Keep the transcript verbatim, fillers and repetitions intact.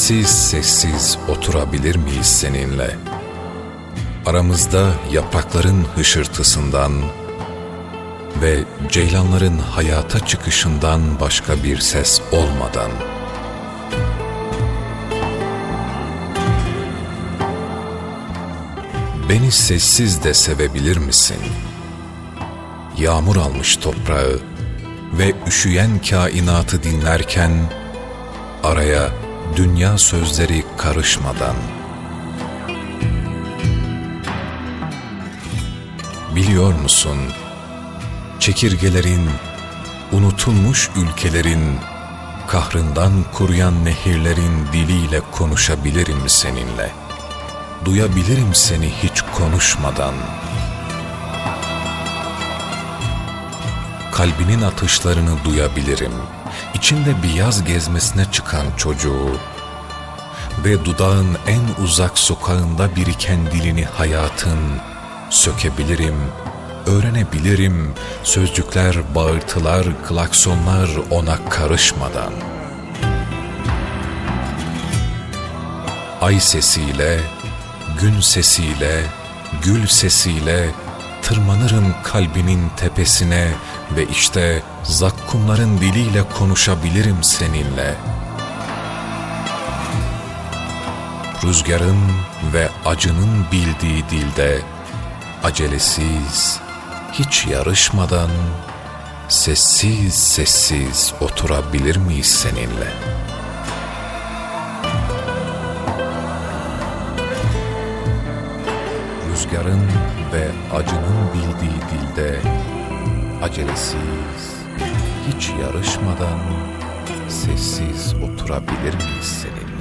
Sessiz sessiz oturabilir miyiz seninle? Aramızda yaprakların hışırtısından ve ceylanların hayata çıkışından başka bir ses olmadan. Beni sessiz de sevebilir misin? Yağmur almış toprağı ve üşüyen kainatı dinlerken, araya dünya sözleri karışmadan. Biliyor musun, çekirgelerin, unutulmuş ülkelerin, kahrından kuruyan nehirlerin diliyle konuşabilirim seninle. Duyabilirim seni hiç konuşmadan. Kalbinin atışlarını duyabilirim. İçinde bir yaz gezmesine çıkan çocuğu ve dudağın en uzak sokağında biriken dilini hayatın sökebilirim, öğrenebilirim. Sözcükler, bağırtılar, klaksonlar ona karışmadan. Ay sesiyle, gün sesiyle, gül sesiyle tırmanırım kalbinin tepesine ve işte zakkumların diliyle konuşabilirim seninle. Rüzgarın ve acının bildiği dilde, acelesiz, hiç yarışmadan, sessiz sessiz oturabilir miyiz seninle? Rüzgarın ve acının bildiği dilde, acelesiz, hiç yarışmadan, sessiz oturabilir miyiz seninle?